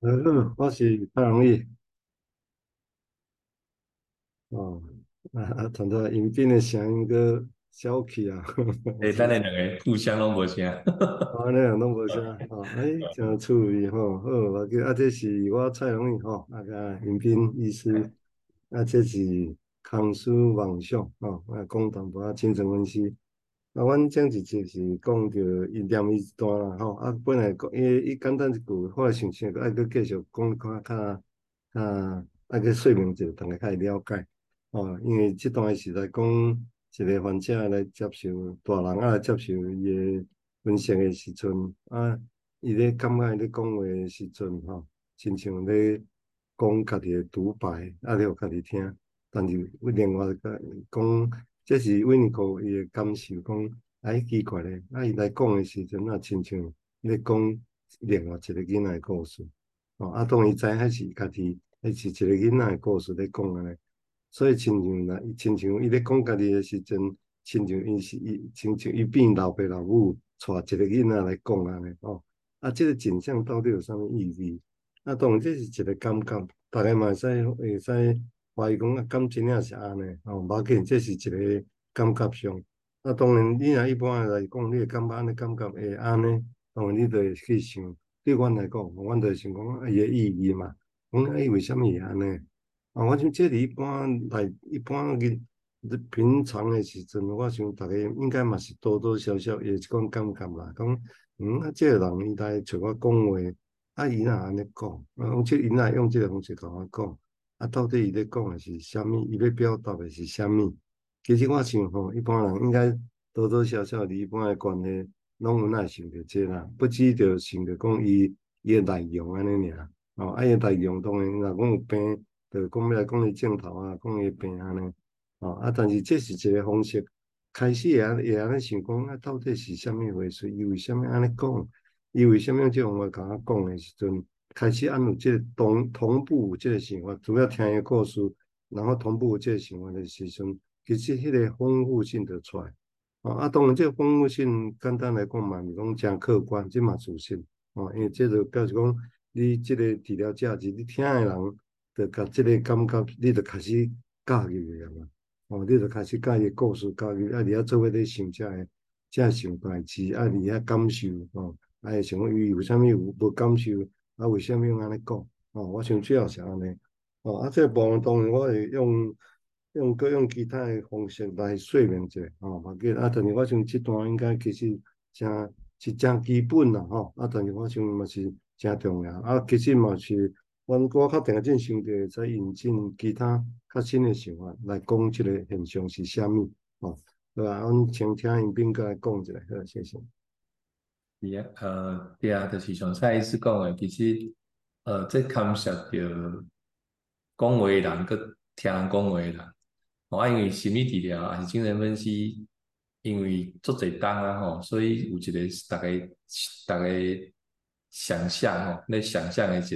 我是太容易哦，传到迎宾的声音个小气啊， 诶，咱是， 两个互相拢无啥。 那样拢无啥哦，真趣味吼，好，这是我蔡荣义吼，个迎宾医师，这是康叔妄想吼，讲淡薄仔精神分析。阮前一节是讲着伊念伊一段啦吼，本来讲伊简单一句，后来想想，爱搁继续讲看爱搁说明者，大家较会了解哦。因为即段是来讲一个患者来接受大人来接受伊的分析的时阵，伊咧感觉伊咧讲话的时阵吼，亲像咧讲家己的独白，咧互家己听。但是另外一个讲，这是维尼口伊的感受，讲奇怪咧，伊来讲的时阵，亲像咧讲另外一个囡仔的故事。哦，当伊知影迄是家己，迄是一个囡仔的故事咧讲安尼，所以亲像伊咧讲家己的时阵，亲像伊变老爸老母，带一个囡仔来讲安尼哦。这个景象到底有啥物意义？当然这是一个感觉，大家嘛会使怀疑讲敢真正是安尼哦，无要紧，这是一个感觉上。当然你若一般来讲，你会感觉安尼感觉会安尼，当然你就会去想。对阮来讲，阮就想讲伊的意义嘛，讲伊为虾米会安尼？我想这里一般平常的时阵，我想大家应该嘛是多多少少有一种感觉啦，讲这个人伊来找我讲话，伊若安尼讲，伊若用这个方式甲我讲，到底伊咧讲的是虾米？伊咧表达的是虾米？其实我想吼，一般人应该多多少少伫一般的关系，拢有那想着这啦，不只着想着讲伊的内容安尼尔。伊的内容当然若讲有病，就讲要来讲伊镜头讲伊病安尼。但是这是一个方式，开始会安尼想讲，到底是虾米回事？伊为虾米安尼讲？伊为虾米用这方法甲我讲的时阵，开始按有这个同步有这个想法，主要听伊故事，然后同步有这个想法的时阵，其实迄个丰富性就出来。当然，这个丰富性简单来讲嘛，是讲真客观，这嘛自信。因为这就表示讲，你这个治疗价值，你听的人，就甲这个感觉，你就开始驾驭了嘛。你就开始甲伊的故事驾驭，你做伙咧想这想代志，你感受，会想讲伊为虾米有无感受，为虾米安尼讲，我想主要是安尼。这个部分当然我会用其他的方式来说明者，无紧。但是我想这段应该其实真基本啦，但是我想嘛是真重要。其实嘛是，我较定真想着再引进其他较新的想法来讲这个现象是啥物，对吧？阮先听因斌哥来讲一下，好，谢谢。 是啊，对啊，就是上次意思讲的，其实这牵涉到讲话的人，佮听人讲话的人。因为心理治疗还是精神分析，因为做侪档啊吼，所以有一个大家想象吼，咧想象的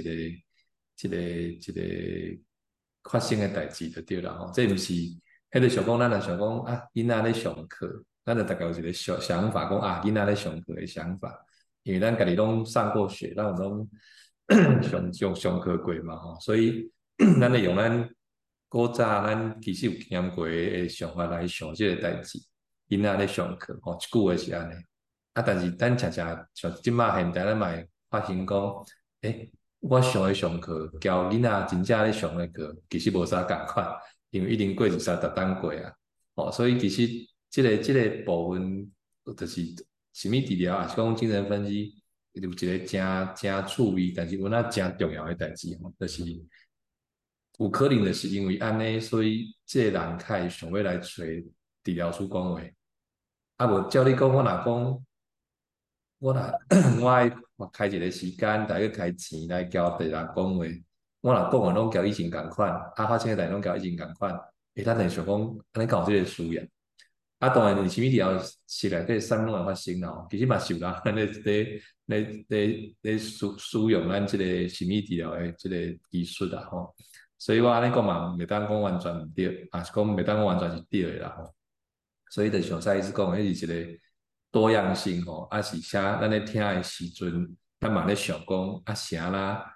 一个发生的代志就对啦吼。这毋是迄个想讲，咱若想讲囡仔咧上课，咱就大概有一个想法，讲囡仔咧上课的想法，因为咱家己拢上过学，咱有拢上课过嘛吼，所以咱会用咱古早咱其实有经过的想法来想即个代志，囡仔咧上课吼，一句话是安尼。但是咱常常像即马现代咱嘛会发现讲，我上的上课，交囡仔真正咧上的课，其实无啥共款，因为一定过一三十档过啊。所以其实即个部分就是心理治疗，也是讲精神分析，有一个真趣味，但是有那真重要的代志吼，就是有可能就是因为安尼，所以这个人开始想要来找治疗师讲话。无照你讲，我若讲，我若我爱开一个时间，大家开钱来交别人讲话，我若讲的拢交以前共款，发生的代拢交以前共款，咱会想讲，安尼敢有这个需要？当然，你前面条是内底产拢会发生啦，其实嘛是有人咧使用咱即个心理治疗的即个技术啦吼，所以我安尼讲嘛，袂当讲完全毋对，也是讲袂当讲完全是对的啦吼。所以就像再一次讲，迄是一个多样性吼，是啥？咱咧听的时阵，咱嘛咧想讲啥啦？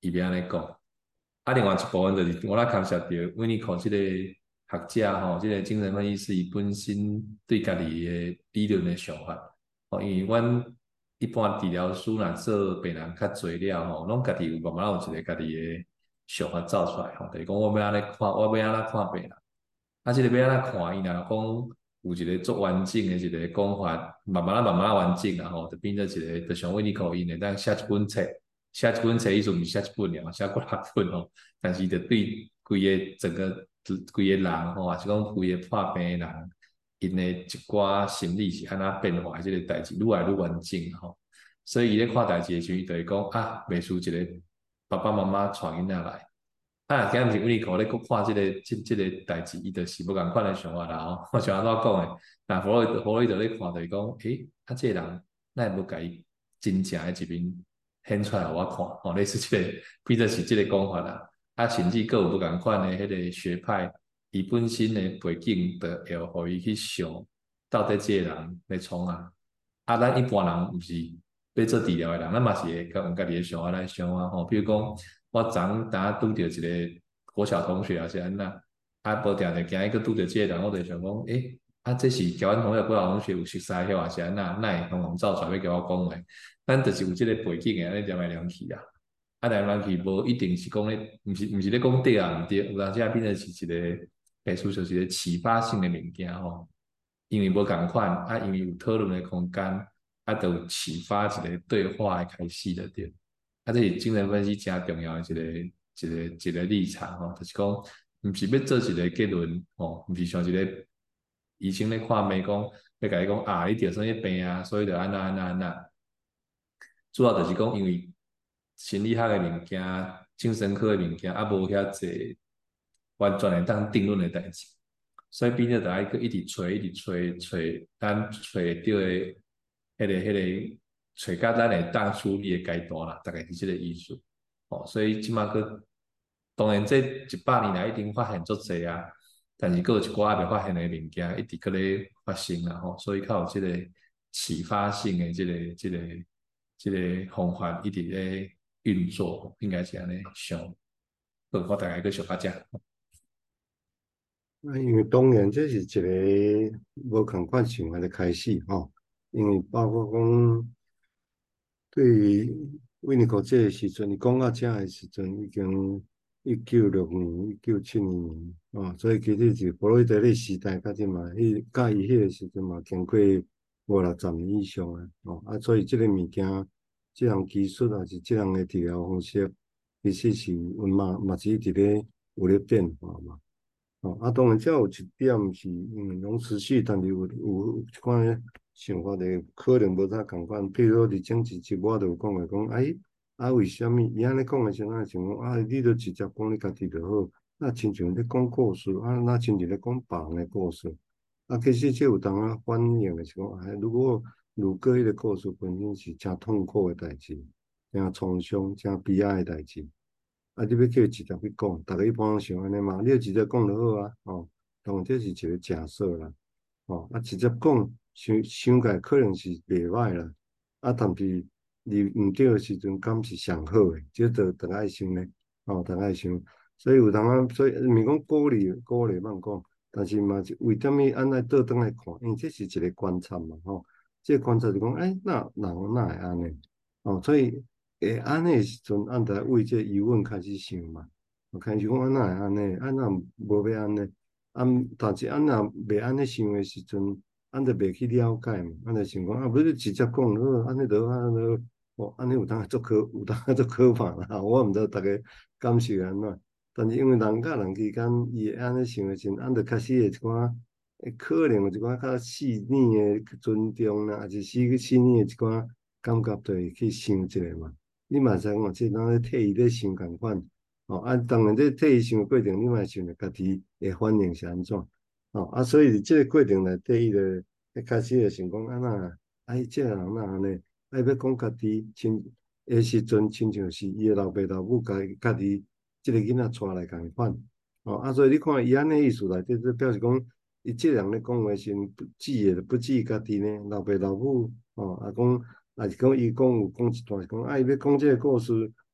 伊要安尼讲。啊，另外一部分就是我感谢到维尼口这个学者吼，这个精神分析师伊本身对家己的理论的想法。吼，因为阮一般治疗师若做病人较侪了吼，拢家己有慢慢有一个家己的想法走出来吼，就是讲我要安尼看，我要安怎看病人。啊，这个要安怎看？伊若讲有一个足完整的一个讲法，慢慢完整啦吼，就变做一个，就像维尼口因的，当写一本册，写一本册意思毋是写一本尔，写几六本吼。但是就对规个整个规个人吼，还是讲规个破病的人，因的一寡心理是安怎变化，即个代志愈来愈完整吼。所以伊咧看代志的时阵，就会讲啊，袂输一个爸爸妈妈带囡仔来。啊，今日毋是为你讲咧，佮看即个代志，伊就是无共款的想法啦吼。我想安怎讲诶？那弗洛伊德咧看就是讲，诶，啊，即个人咱会无甲伊真正诶一面显出来互我看，吼，类似即个，比作是即个讲法啦。啊，甚至佫有无共款诶迄个学派，伊本身诶背景，就会互伊去想，到底即个人咧创啊。啊，咱一般人毋是要做治疗诶人，咱嘛是会甲用家己诶想法来想啊吼。比如讲，我昨当拄着一个国小同学啊是安那，啊无定定惊伊去拄着即个人，我就想讲，啊这是甲阮同学国小同学有熟悉晓啊是安那，哪会往往走出来要甲我讲话？咱就是有即个背景诶，安尼念来念去啊。啊，念来念去无一定是讲咧，毋是咧讲对啊，毋对，有当时啊变成是一个艺术就是一个启发性的物件吼。因为无共款，啊，因为有讨论的空间，啊，就有启发一个对话的开始了对。啊，这是精神分析真重要的一个立场吼，就是讲，毋是要做一个结论吼，毋是像一个医生咧看病讲，要甲你讲啊，你得什么病啊，所以就安那安那安那。主要就是讲，因为心理学的物件、精神科的物件，啊无遐济完全会当定论的代志，所以变做就爱去一直找、一直找、咱找到的迄个找到咱会当处理的阶段啦，大概是这个意思。哦，所以即马个当然这100年来一定发现足济啊，但是佫有一寡还未发现的物件，一直佫咧发生啦吼，所以较有即个启发性的即个方法一直咧运作，应该是安尼想。好，我大概佫小可遮。 那因为当然这是一个无共款想法的开始吼，因为包括讲对于维尼口这个时阵，伊讲到遮的时阵，已经1960年、1972年所以其实是弗洛伊德迄个时代，甲即嘛，甲伊迄个时阵嘛，经过50-60年以上所以即个物件，即项技术还是即项的治疗方式，其实是嘛是一直咧有咧变化嘛。当然，这有一点是，拢持续，但是有一款想法的可能无啥共款。譬如说，伫政治节目就有讲话讲，为什么伊安尼讲的时候，想讲你都直接讲你家己就好，那亲像咧讲故事，那亲像咧讲别人的故事。其实这有当反映的是讲，如果迄个故事本身是真痛苦的代志，真创伤、真悲哀的代志。你要叫伊直接去讲，逐个一般想安尼嘛，你就直接讲就好啊，当然这是一个假设啦，直接讲想起来可能是袂歹啦，但是你毋对的时阵，敢是上好诶，这就爱想咧，逐爱想，所以有当所以毋是讲鼓励莫讲，但是嘛是为点物安尼倒转来看，因为这是一个观察嘛，这个观察就讲，那人哪会安尼？所以。安尼时阵，着为这疑问开始想嘛，开始讲哪会安尼，哪无要安尼，但是若袂安尼想的时阵，着袂去了解嘛，着想讲不是直接讲好，安尼就好，安尼安尼有当有当做可怕啦，我毋知逐个感受安怎，但是因为人甲人之间，伊会安尼想的时阵，着开始会一寡，可能有一寡较细腻的尊重啦，还是细腻的一寡感觉，就会去想一下嘛。你嘛知影，即咱咧替伊咧想共款，当然这替伊想的过程，你嘛想着家己的反应是安怎，所以即个过程内底，伊就一开始就想讲，那，即个人哪安尼，要讲家己的时阵，亲像是伊的老爸老母家己即个囡仔带来共款，所以你看伊安尼意思内底，就表示讲，伊即个人咧讲话时，不止伊家己呢，老爸老母，讲。是讲伊讲有讲一段是讲，伊要讲这个故事，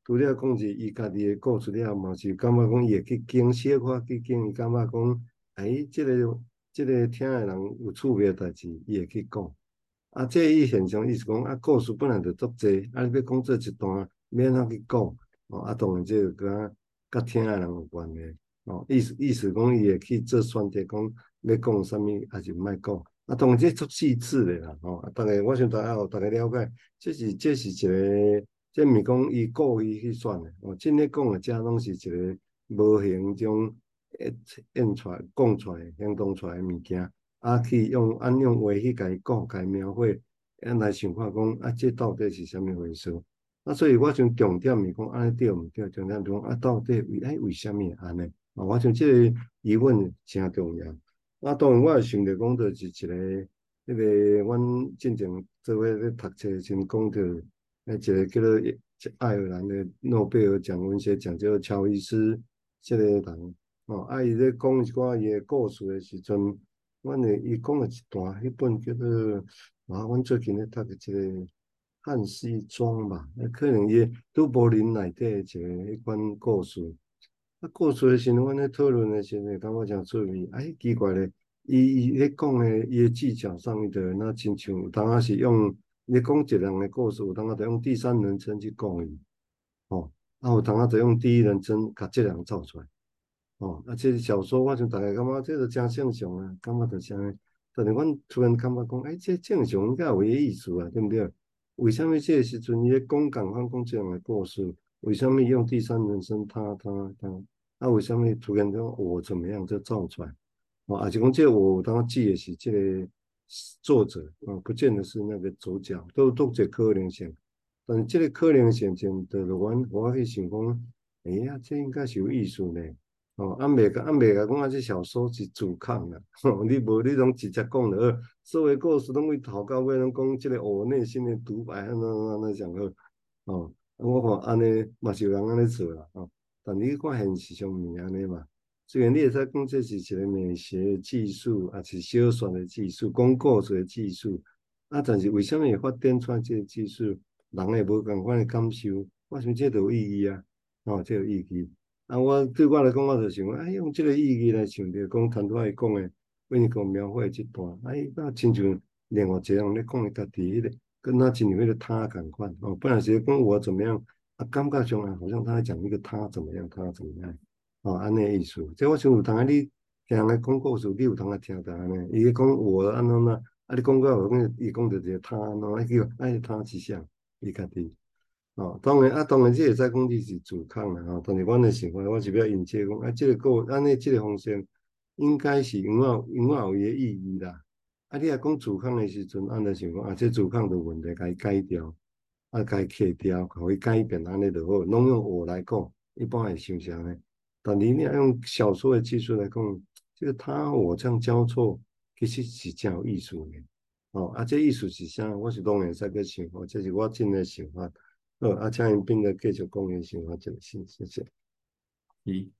除了讲是伊家己的故事了，嘛是感觉讲伊会去经小可去经，伊感觉讲，哎，即个听的人有趣味的代志，伊会去讲。啊，这伊现象意思讲，啊，故事本来就足济，啊，你要讲做一段，免怎去讲，哦，啊，当然这个甲听的人有关的，哦，意思讲，伊会去做选择，讲要讲啥物，还是毋爱讲，啊，当然这足细致的啦，哦，啊，我想大家有大家了解，这是一个，这毋是讲伊故意去选的，哦，真咧讲的，这拢是一个无形中演出来、讲出来、行动出来的物件。啊，去用话去甲伊讲，甲伊描绘，来想看讲啊，这到底是啥物回事？啊，所以我想重点是讲安尼对毋对？重点就讲啊，到底为虾米安尼？啊，我想这个疑问真重要。啊，当然我也想着讲，就是一个阮进前做伙咧读册时讲着，一个叫做爱尔兰的诺贝尔奖文学奖叫乔伊斯，这个人哦，啊，伊咧讲一寡伊的故事的时阵。伊讲了一段，迄本叫做阮最近咧读的一个《汉西庄》吧，可能伊都柏林内底一个迄款故事。啊，故事的时阵，阮咧讨论的时阵，感觉真趣味。哎，奇怪咧，伊咧讲的伊的技巧上，伊就那亲像有当啊是用你讲一个人的故事，有当啊就用第三人称去讲伊，哦，啊有当啊就用第一人称甲这人造出来。哦，啊，这小说我像大概感觉这个真正常啊，感觉就像，但是阮突然感觉讲，哎，这正常应该有伊意思啊，对不对？为什么这个时阵伊咧讲共款讲这样的故事？为什么用第三人称他？啊，为什么突然讲我怎么样就造出来？哦，而且讲这个我当记的是这个作者啊，不见得是那个主角，都有一个可能性。但是这个可能性就我去想讲，哎呀，这应该是有意思呢。哦，袂甲讲啊，这小说是主抗啦。吼，你拢直接讲了，所有故事拢为头到尾拢讲这个我内心的独白，安讲好。哦，我看安尼嘛是有人安尼做啦。哦，但你看现实上毋是安尼嘛。虽然你会使讲这是一个美学的技术，也是小说的技术，讲故事的技术，啊，但是为什么会发展出来这个技术，人会无共款的感受？我想这都有意义啊。哦，这有意义。啊，对我来讲，我就想，哎，用这个意义来想着讲，谈拄仔伊讲的，为你讲描绘这段，哎，那亲像另外一个人咧讲伊家己迄个，跟他亲像迄个他共款，哦，本来是讲我怎么样，啊，感觉上啊，好像他在讲一个他怎么样，他怎么样，哦，安尼意思。这我想有当啊，你听人来讲故事，你有当啊听到安尼，伊咧讲我安怎啊，啊，你讲到后面，伊讲着一个他，喏，哎叫哎他是啥，伊家己。哦，当然，这会使讲你是自抗啦，吼。但是阮的想法，我是比较引介讲，啊，安尼这个方式，应该是有伊的意义啦。啊，你若讲自抗的时阵，按着想讲，啊，这自抗的问题，该改掉，啊，该去掉，可以改变，安尼就好。拢用我来讲，一般会想啥呢？但你若用小说的技术来讲，这个他我这样交错，其实是真有意思的。哦，啊，这意思是啥？我是当然使去想法，这是我真的想法。请因并个继续讲因想法这个事，谢谢。 伊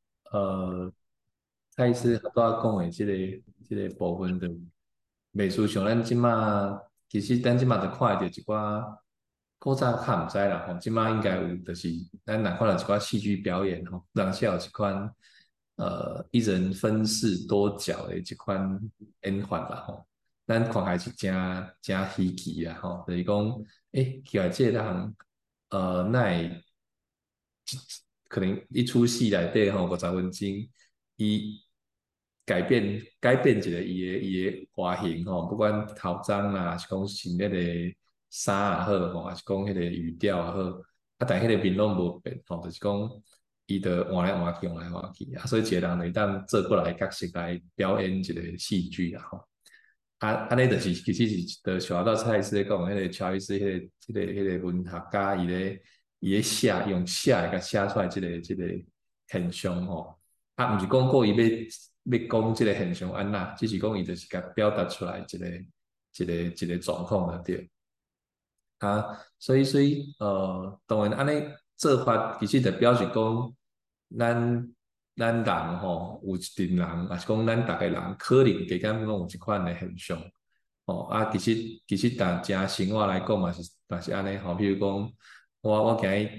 蔡司拄仔讲的即个部分的美术上，咱即马其实咱即马就看会到一寡古早较毋知啦吼，即马应该有，就是咱若看到一寡戏剧表演吼，人是有一款一人分饰多角的即款演法啦吼，咱看起来是真稀奇啦吼，就是讲，奇怪这个人那会可能一出戏内底吼50分钟，伊改变一个伊的外形吼，不管头鬃啦，还是讲穿迄个衫也好吼，还是讲迄个语调也好，啊，但迄个面拢无变吼，就是讲伊就换来换去，换来换去啊，所以一个人会当做过来角色来表演一个戏剧啦吼。啊，安尼就是其实是就小到蔡司咧讲，迄个乔伊斯迄个文学家，伊咧用写来甲写出来即个现象吼。啊，毋是讲故意要讲即个现象安那，只是讲伊就是甲表达出来一个状况就对。啊，所以当然安尼做法其实就表示讲，咱人吼有一群人，也是讲咱逐个人可能加减拢有一款的现象。哦，啊，其实真生活来讲嘛是安尼吼，比如讲我今日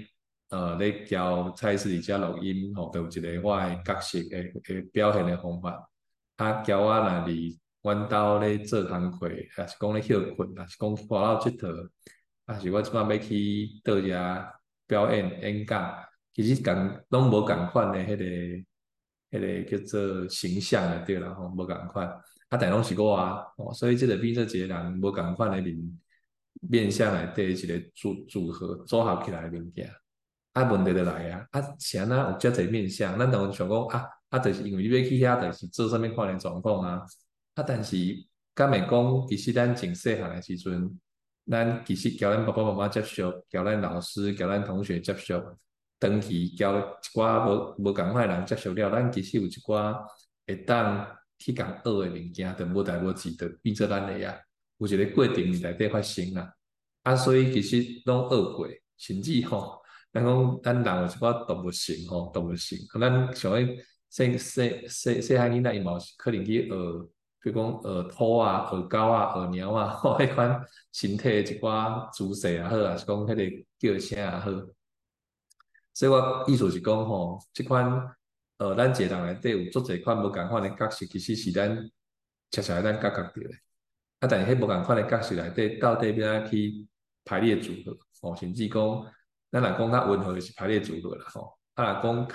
咧交蔡司伫遮录音吼，就有一个我的角色的表现的方法。啊，交我若伫阮兜咧做工课，还是讲咧休困，还是讲外口佚佗，还是我即摆要去倒遐表演演讲，其实拢无共款的迄个叫做形象就对啦吼，无共款。啊，但拢是我啊，所以即个变做一个人无共款的面向内底一个组合起来的物件。啊，问题就来啊，啊，是安那有遮侪面向，咱当然想讲就是因为你要去遐，就是做啥物款的状况啊，但是敢会讲，其实咱真细汉的时阵，咱其实交咱爸爸妈妈接触，交咱老师、交咱同学接触，长期交一寡无共款的人接触了，咱其实有一寡会当去共学的物件，就无代无志，就变做咱的啊，有一个过程伫内底发生啦。啊，所以其实拢学过，甚至吼，咱讲咱人有一寡动物性吼，动物性，咱像迄细汉囡仔，伊嘛有可能去学，比如讲学兔啊、学狗啊、学猫啊，吼，迄款身体的一寡姿势也好，还是讲迄个叫声也好。所以我意思是讲吼，即款咱一个人内底有足侪款无共款的角色，其实是咱恰恰咱感觉到的。啊，但是迄无共款的角色内底，到底要安怎去排列组合？吼，甚至讲，咱若讲较温和的是排列组合啦，吼。啊，若讲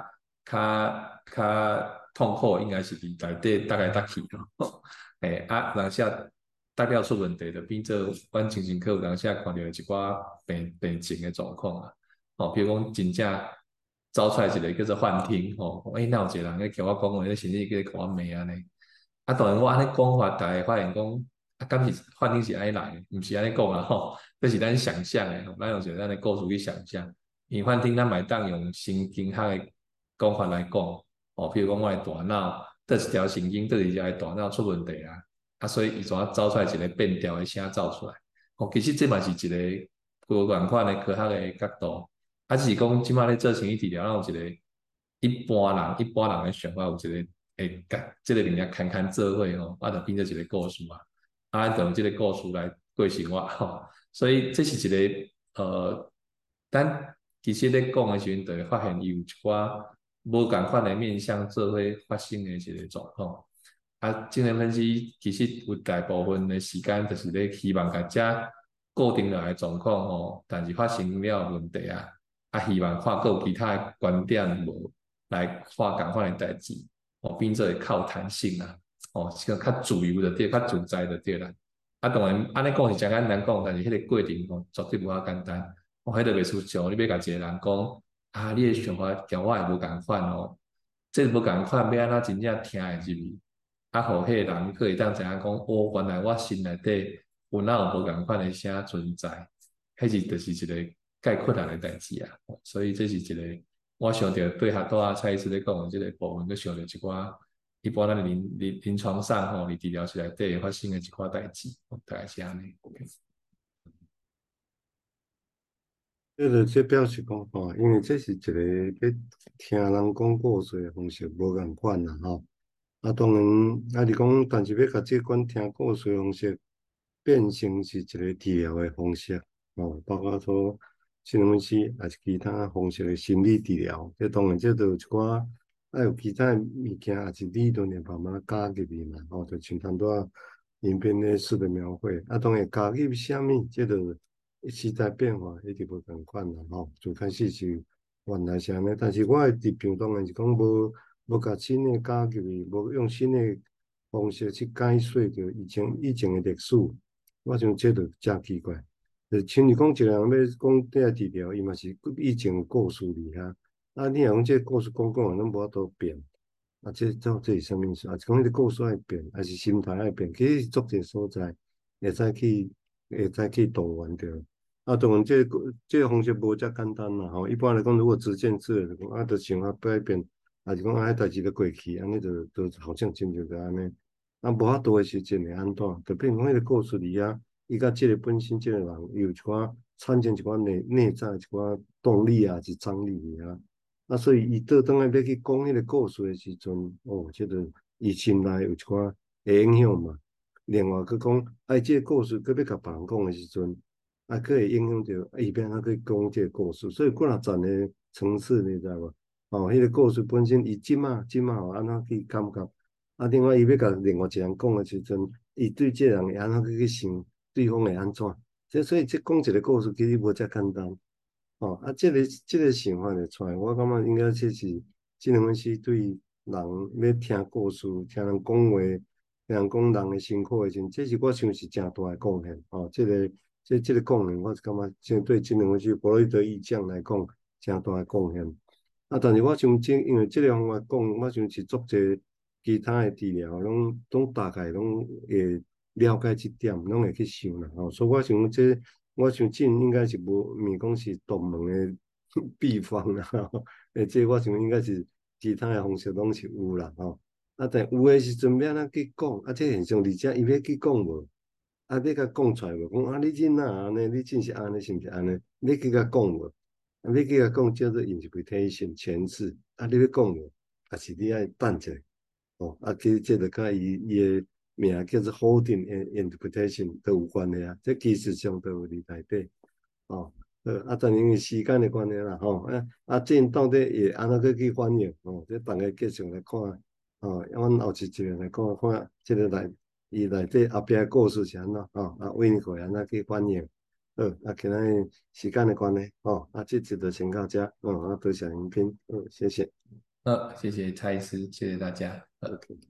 较痛苦，应该是伫内底搭来搭去咯。诶，啊，当下大了出问题，就变做阮精神科有当下看到一寡病情的状况啊。哦，比如讲真正走出来一个叫做幻听，吼，哪有一个人咧甲我讲话，咧甚至叫甲我骂安尼。啊，当然我安尼讲法，大家发现讲，敢是幻听是安尼来，毋是安尼讲啦吼，这是咱想象的，咱用一个咱的故事去想象。因幻听咱嘛会当用神经学的讲法来讲，哦，譬如讲我的大脑，这一条神经对一下大脑出问题啊，所以伊怎啊走出来一个变调的声走出来。哦，其实这嘛是一个无共款的科学的角度。啊，只是讲即摆咧做生理治疗，咱有一个一般人的想法，有一个会甲即个物件牵牵做伙吼，就变做一个故事嘛，就用即个故事来过生活吼，所以这是一个咱其实咧讲的时阵，就会发现伊有一寡无共款的面向做伙发生的一个状况。啊，精神分析其实有大部分的时间，就是咧希望甲遮固定落来的状况吼，但是发生了问题啊。希望看有其他的观点无来看共款的代志，变做会较有弹性啦，较自由就对，较自在就对啦。当然，安尼讲是真简单讲，但是迄个过程绝对无遐简单。迄个袂出像你要甲一个人讲，你的想法甲我会无共款哦，这无共款要安怎真正听会入去，互迄个人可会当知影讲，原来我心内底有哪有无共款的声存在，迄是就是一个概括下的代志啊。所以这是一个我想着对学多蔡医师咧讲的这个部分，佮想着一寡一般咱临床上吼，伫治疗室内底会发生的一寡代志，大概是安尼。 这表示讲吼，因为这是一个要听人讲故事的方式无共款啦吼。当然，你讲，但是要甲这款听故事的方式变成是一个治疗的方式，包括说心理分析还是其他方式的心理治疗，这当然这都有一寡有其他的物件，还是理论的慢慢加入去嘛，就像很多影片类似的描绘，当然加入啥物，这都时代变化一直无共款啦，就开始是原来是安尼，但是我的立场当然是讲无甲新的加入去，无用新的方式去解说着以前的历史，我想这就真奇怪。就亲像讲一个人要讲这治疗，伊嘛是以前的故事伫遐，你若讲这故事讲完，咱无法度变，这是啥物意思？是讲迄个故事爱变，还是心态爱变？其实是足者所在，会使去动员着。当然这个方式无遮简单啦。一般来讲，如果直见式的，就讲就想改变，还是讲迄代志就过去，安尼就好像真就是安尼。无法度的时阵会安怎？就变讲迄个故事里啊，伊甲即个本身即个人，伊有一寡产生一寡内在一寡动力啊，是张力啊。所以伊倒转来要去讲迄个故事的时阵，这个伊心内有一寡会影响嘛。另外，佮讲，即个故事佮要甲别人讲的时阵， 啊，可以影响到伊边啊去讲这个故事，所以几若层的层次，你知无？哦，迄个故事本身，伊即马有安怎去感觉？啊，另外伊要甲另外一人讲的时阵，伊对这个人会安怎去想，对方会安怎？所以这讲一个故事其实无遮简单。哦，啊，这个想法就出来，我感觉应该这是这两本书对人要听故事、听人讲话、听人讲人的辛苦的时阵，这是我想是正大的贡献。哦，这个贡献，我是感觉这对这两本书弗洛伊德意象来讲，正大的贡献。啊，但是我想因为这个方法讲，我想是做者其他的治疗，拢大概拢会了解这点，拢会去想啦。哦，所以我想这应该是无毋是讲是独门的秘方啦。吼，这我想应该是其他的方式拢是有啦。吼，啊，但有的时阵要安怎去讲，啊，这现象而且伊要去讲无，啊，要甲讲出来无？讲啊，你真哪安尼？你真是安尼，是毋是安尼？要去甲讲无？啊，你去甲讲叫做 interpretation 诠释，啊，你要讲无？啊，是你爱等一下，哦，啊，其实这就甲伊的名叫做 holding and interpretation 都有关系啊，这技术上都有伫内底，哦，啊，但因为时间的关系啦，吼，这到底会安怎去翻译？哦，这大家继续来看，哦，阮后一节来看看这个伊内底后壁的故事是安怎，哦，啊，为何安怎去翻译？好，啊，今日时间的关系，哦，啊，这节就先到这，哦，啊，多谢聆听，谢谢谢谢蔡医师，谢谢大家。 ，OK。